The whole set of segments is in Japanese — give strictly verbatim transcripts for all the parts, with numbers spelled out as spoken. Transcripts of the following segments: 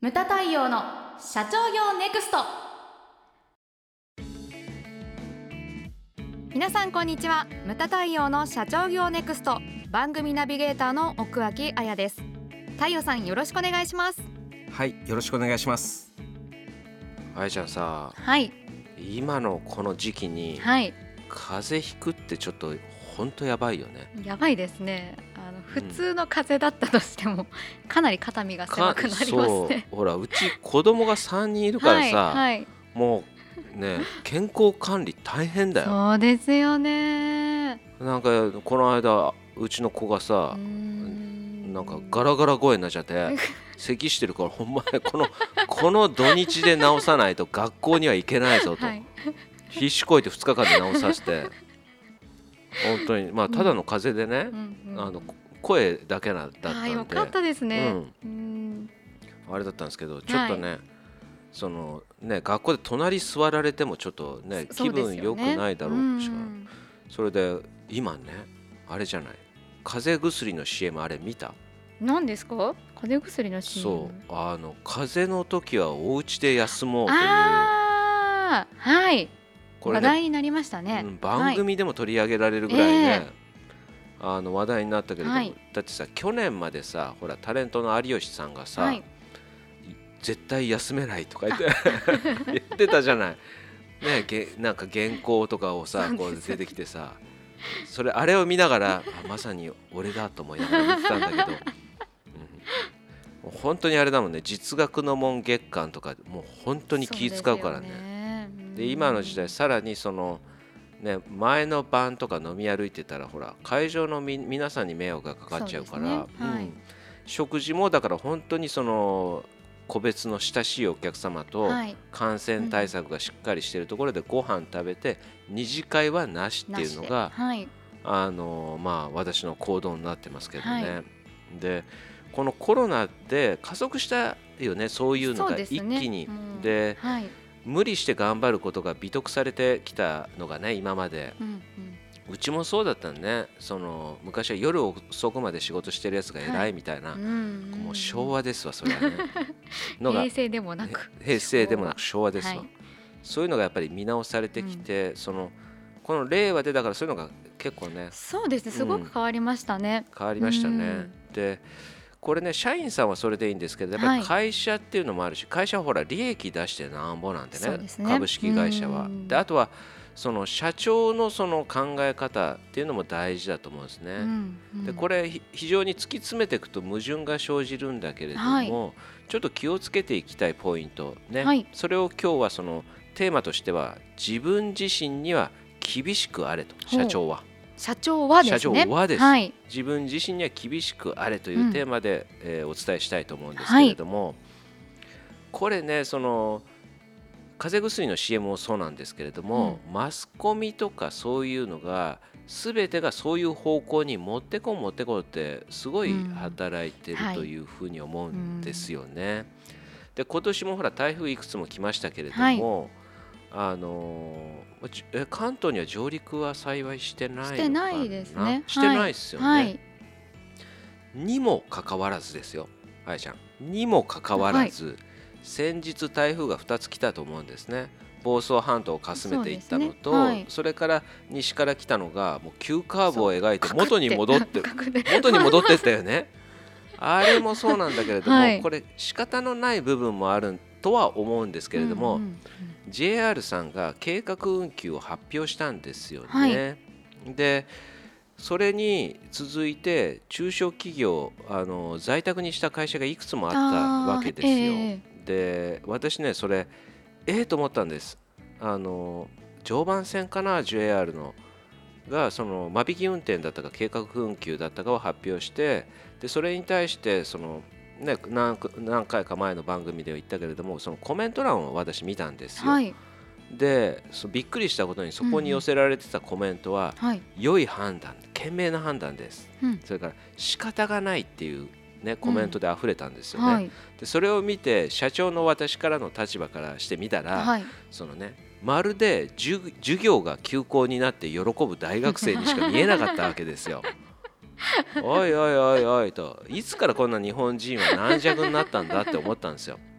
ムタ太陽の社長業ネクスト。皆さんこんにちは。ムタ太陽の社長業ネクスト番組ナビゲーターの奥脇彩です。太陽さん、よろしくお願いします。 はい、よろしくお願いします。あやちゃんさ、 はい、 今のこの時期に、はい、風邪ひくってちょっと本当やばいよね。 やばいですね。あの普通の風邪だったとしても、うん、かなり肩身が狭くなりますね。 そうほら、うち子供がさんにんいるからさ、はいはい、もうね、健康管理大変だよ。 そうですよね。 なんかこの間うちの子がさ、なんかガラガラ声になっちゃって咳してるから、ほんまにこのこの土日で治さないと学校には行けないぞと、はい、必死こいてふつかかんで治させて本当に、まあ、ただの風邪でね、うんうん、あの声だけだったんで、 よかったですね、 うん、あれだったんですけど、ちょっとね、はい、そのね、学校で隣座られてもちょっとね、気分良くないだろうし、うん、それで今ね、あれじゃない、風邪薬の シーエム あれ見た？ 何ですか？風邪薬の シーエム？ そう、あの風邪の時はお家で休もうという、 あー、はい、これね、話題になりましたね、うん、 番組でも取り上げられるぐらいね、はい、えー、あの話題になったけれども、はい、だってさ、去年までさ、ほらタレントの有吉さんがさ、はい、絶対休めないとか言って言ってたじゃない、ね、げなんか原稿とかをさ、こう出てきてさ、それあれを見ながら、あ、まさに俺だと思いながら見てたんだけど、うん、本当にあれだもんね、実学の門月間とかもう本当に気使うからね。で今の時代さらにその、ね、前の晩とか飲み歩いてたら、ほら会場のみ皆さんに迷惑がかかっちゃうから、ね、はい、うん、食事もだから本当にその個別の親しいお客様と感染対策がしっかりしているところでご飯食べて、二次会はなしっていうのが、はい、あのまあ、私の行動になってますけどね、はい、でこのコロナで加速したよね、そういうのが一気に。で、はい、無理して頑張ることが美徳されてきたのがね、今まで、うんうん、うちもそうだったんね。その昔は夜遅くまで仕事してるやつが偉いみたいな、はい、もう昭和ですわ、それはねのが平成でもなく平成でもなく昭和ですわ、はい、そういうのがやっぱり見直されてきて、うん、そのこの令和でだからそういうのが結構ね、 そうですね、すごく変わりましたね、 うん、変わりましたね、うん、でこれね、社員さんはそれでいいんですけど、やっぱり会社っていうのもあるし、はい、会社はほら利益出してなんぼなんて ね, ね株式会社は。であとはその社長のその考え方っていうのも大事だと思うんですね、うんうん、でこれ非常に突き詰めていくと矛盾が生じるんだけれども、はい、ちょっと気をつけていきたいポイントね、はい、それを今日はそのテーマとしては、自分自身には厳しくあれと、社長は社長はですね、 社長はです、はい、自分自身には厳しくあれというテーマで、うん、えー、お伝えしたいと思うんですけれども、はい、これね、その風邪薬の シーエム もそうなんですけれども、うん、マスコミとかそういうのが全てがそういう方向に持ってこう持ってこうってすごい働いてるというふうに思うんですよね、はい、で今年もほら台風いくつも来ましたけれども、はい、あのー、関東には上陸は幸いしてないのかな。 してないですね。 してないですよね、 はい、 にもかかわらずですよ、あやちゃん、にもかかわらず、はい、先日台風がふたつ来たと思うんですね。房総半島をかすめていったのと そ,、ね、はい、それから西から来たのがもう急カーブを描いて元に戻って元に戻ってったよねあれもそうなんだけれども、はい、これ仕方のない部分もあるとは思うんですけれども、うんうんうん、ジェイアール さんが計画運休を発表したんですよね、はい、でそれに続いて中小企業、あの在宅にした会社がいくつもあったわけですよ、えー、で私ね、それえーと思ったんです。あの常磐線かな、 ジェイアール のがその間引き運転だったか計画運休だったかを発表して、でそれに対してそのね、何, 何回か前の番組では言ったけれども、そのコメント欄を私見たんですよ、はい、でそびっくりしたことに、そこに寄せられてたコメントは、うんうん、はい、良い判断、賢明な判断です、うん、それから仕方がないっていう、ね、コメントで溢れたんですよね、うん、はい、でそれを見て社長の私からの立場からしてみたら、はい、そのね、まるで 授, 授業が休校になって喜ぶ大学生にしか見えなかったわけですよおいおいおいおいと、いつからこんな日本人は軟弱になったんだって思ったんですよ。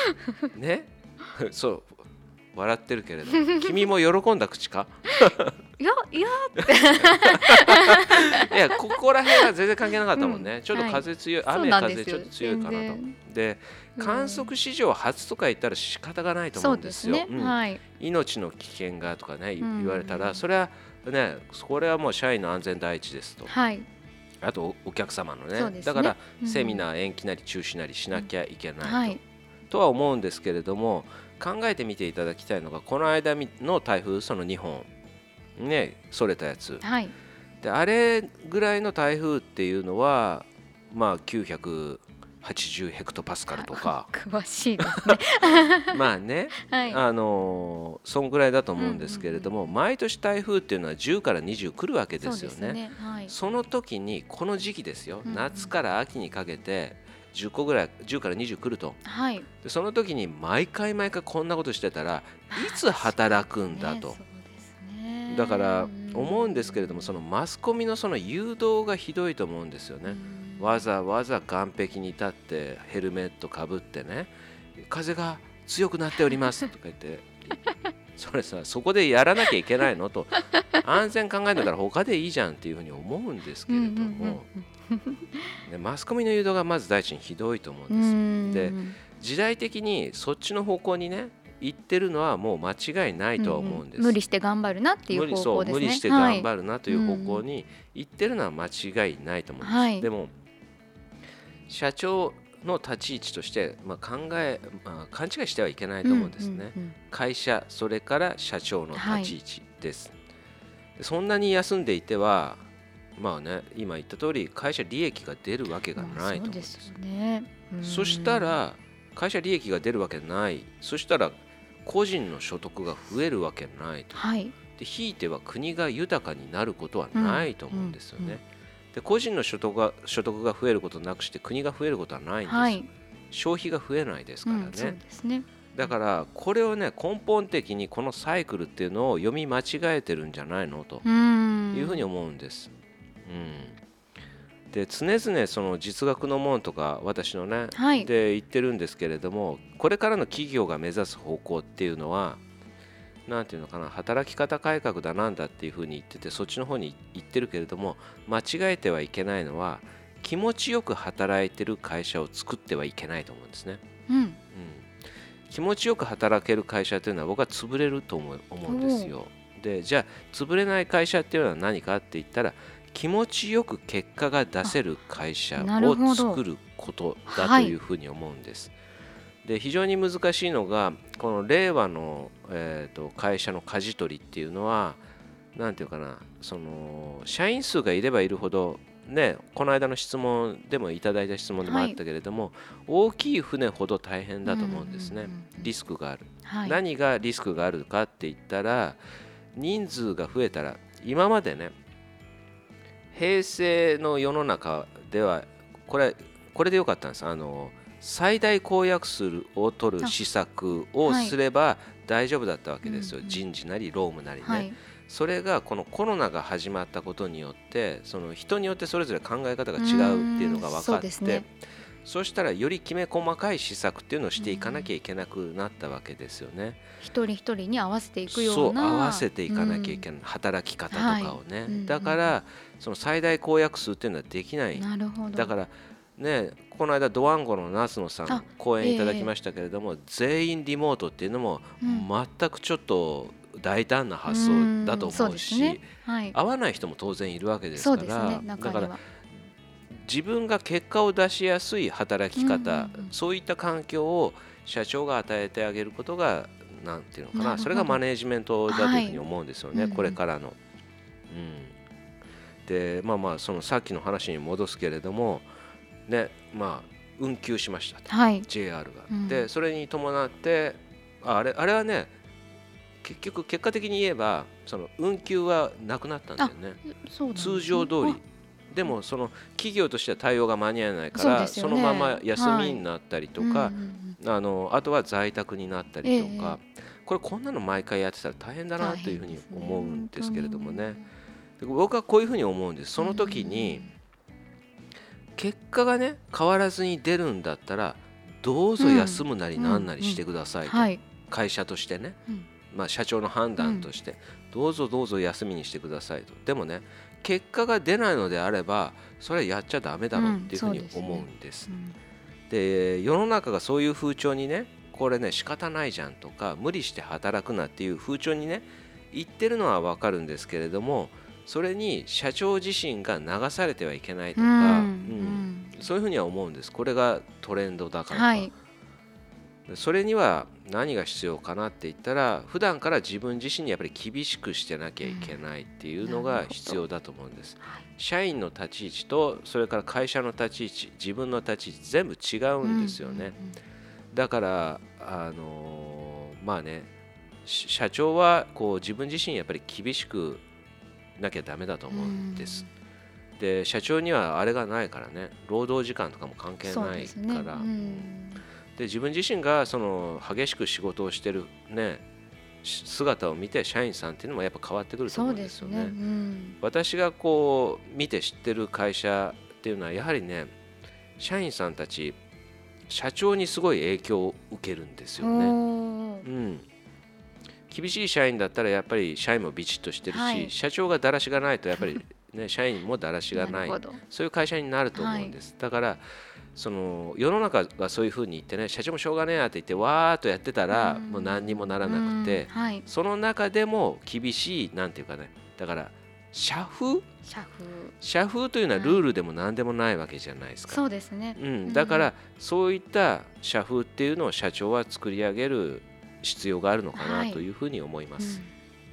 ねそう笑ってるけれど君も喜んだ口かいやいやっていやここら辺は全然関係なかったもんね、うん、ちょっと風強い、はい、雨風ちょっと強いかなとで観測史上初とか言ったら仕方がないと思うんですよ。そうですね、うんはい、命の危険がとかね言われたら、うん、それはねこれはもう社員の安全第一ですと、はい、あとお客様の ね, ねだから、うん、セミナー延期なり中止なりしなきゃいけないと、うんはい、とは思うんですけれども考えてみていただきたいのがこの間の台風そのにほんねそれたやつ、はい、であれぐらいの台風っていうのはまあきゅうひゃくはちじゅうヘクトパスカルとか詳しいですねまあね、はい、あのそんぐらいだと思うんですけれども、うんうんうん、毎年台風っていうのはじゅうからにじゅう来るわけですよ ね, そ, ね、はい、その時にこの時期ですよ、うんうん、夏から秋にかけてじゅっこぐらいじゅうからにじゅう来ると、はい、でその時に毎回毎回こんなことしてたらいつ働くんだと、そうですね、だから思うんですけれどもそのマスコミのその誘導がひどいと思うんですよね。わざわざ岸壁に立ってヘルメットかぶってね風が強くなっておりますとか言ってそれさそこでやらなきゃいけないのと安全考えてたら他でいいじゃんっていうふうに思うんですけれどもでマスコミの誘導がまず第一にひどいと思うんです。で時代的にそっちの方向にね行ってるのはもう間違いないとは思うんです、うんうん、 無理して頑張るなっていう方向ですね。 無理して頑張るなという方向に行ってるのは間違いないと思うんです、はい、でも社長の立ち位置として、まあ、考え、まあ、勘違いしてはいけないと思うんですね、うんうんうん、会社それから社長の立ち位置です、はい、そんなに休んでいてはまあね今言った通り会社利益が出るわけがないと思うんです、そうですね、うん、そしたら会社利益が出るわけない、そしたら個人の所得が増えるわけないと、はい、でひいては国が豊かになることはないと思うんですよね、うんうんうん、で個人の所得が、所得が増えることなくして国が増えることはないんです、はい、消費が増えないですからね、うん、そうですね、だからこれをね根本的にこのサイクルっていうのを読み間違えてるんじゃないのというふうに思うんです、うん、で常々その実学の門とか私のね、はい、で言ってるんですけれどもこれからの企業が目指す方向っていうのはなんていうのかな働き方改革だなんだっていうふうに言っててそっちの方に行ってるけれども間違えてはいけないのは気持ちよく働いてる会社を作ってはいけないと思うんですね、うんうん、気持ちよく働ける会社っていうのは僕は潰れると思う、思うんですよ。でじゃあ潰れない会社っていうのは何かって言ったら気持ちよく結果が出せる会社を作ることだというふうに思うんです、はい、で非常に難しいのがこの令和の、えーと、会社の舵取りっていうのはなんていうかなその社員数がいればいるほどねこの間の質問でもいただいた質問でもあったけれども、はい、大きい船ほど大変だと思うんですね、うんうんうん、リスクがある、はい、何がリスクがあるかって言ったら人数が増えたら今までね平成の世の中ではこれこれでよかったんです。あの最大公約数を取る施策をすれば大丈夫だったわけですよ、はい、人事なり労務なりね、はい、それがこのコロナが始まったことによってその人によってそれぞれ考え方が違うっていうのが分かって、そうですね、そうしたらよりきめ細かい施策っていうのをしていかなきゃいけなくなったわけですよね。 一人一人に合わせていくようなそう合わせていかなきゃいけない、うん、働き方とかをね、はい、だからその最大公約数っていうのはできない。なるほど。だからねこの間ドワンゴの夏野さん講演いただきましたけれども、えー、全員リモートっていうのも全くちょっと大胆な発想だと思うし、うんうねはい、合わない人も当然いるわけですから、ね、だから自分が結果を出しやすい働き方、うんうんうん、そういった環境を社長が与えてあげることがなんていうのかな、それがマネージメントだというふうに思うんですよね、はい、これからの、うん、でまあまあそのさっきの話に戻すけれどもねまあ運休しましたと、はい、ジェイアール が、うん、でそれに伴ってあれあれはね結局結果的に言えばその運休はなくなったんだよね、そうなんですね、通常通りでもその企業としては対応が間に合わないから そ,、ね、そのまま休みになったりとか、はい、あのあとは在宅になったりとか、えー、これこんなの毎回やってたら大変だなというふうに思うんですけれどもね、で僕はこういうふうに思うんです。その時に結果がね変わらずに出るんだったらどうぞ休むなりなんなりしてくださいと、 うんうんはい、 会社としてね、 うんまあ、社長の判断として、うん、どうぞどうぞ休みにしてくださいと。でもね、結果が出ないのであればそれはやっちゃダメだろうっていうふうに思うんです。うん、そうですね。うん、で世の中がそういう風潮にね、これね仕方ないじゃんとか無理して働くなっていう風潮にね言ってるのは分かるんですけれども、それに社長自身が流されてはいけないとか、うんうん、そういうふうには思うんです。これがトレンドだからか、はい、それには何が必要かなって言ったら、普段から自分自身にやっぱり厳しくしてなきゃいけないっていうのが必要だと思うんです。社員の立ち位置とそれから会社の立ち位置、自分の立ち位置全部違うんですよね。うんうんうん、だからあのー、まあね、社長はこう自分自身やっぱり厳しくなきゃダメだと思うんです。で社長にはあれがないからね、労働時間とかも関係ないから、で、ね、で自分自身がその激しく仕事をしてるね姿を見て社員さんっていうのもやっぱ変わってくると思うんですよね。そうですね、うん、私がこう見て知ってる会社っていうのはやはりね、社員さんたち社長にすごい影響を受けるんですよね。うん、厳しい社員だったらやっぱり社員もビチッとしてるし、はい、社長がだらしがないとやっぱり、ね、社員もだらしがないそういう会社になると思うんです。はい、だからその世の中がそういうふうに言ってね、社長もしょうがねえやって言ってわーっとやってたらもう何にもならなくて、はい、その中でも厳しいなんていうかね、だから社風社風社風というのはルールでも何でもないわけじゃないですか。 そうですね、 うん、だからそういった社風っていうのを社長は作り上げる必要があるのかなというふうに思います。はい、うん、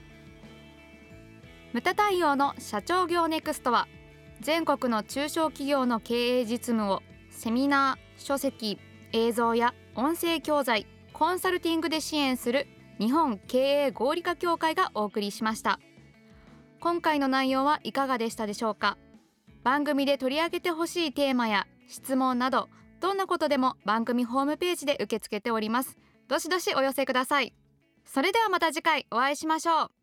ムタ対応の社長業ネクストは全国の中小企業の経営実務をセミナー、書籍、映像や音声教材、コンサルティングで支援する日本経営合理化協会がお送りしました。今回の内容はいかがでしたでしょうか。番組で取り上げてほしいテーマや質問など、どんなことでも番組ホームページで受け付けております。どしどしお寄せください。それではまた次回お会いしましょう。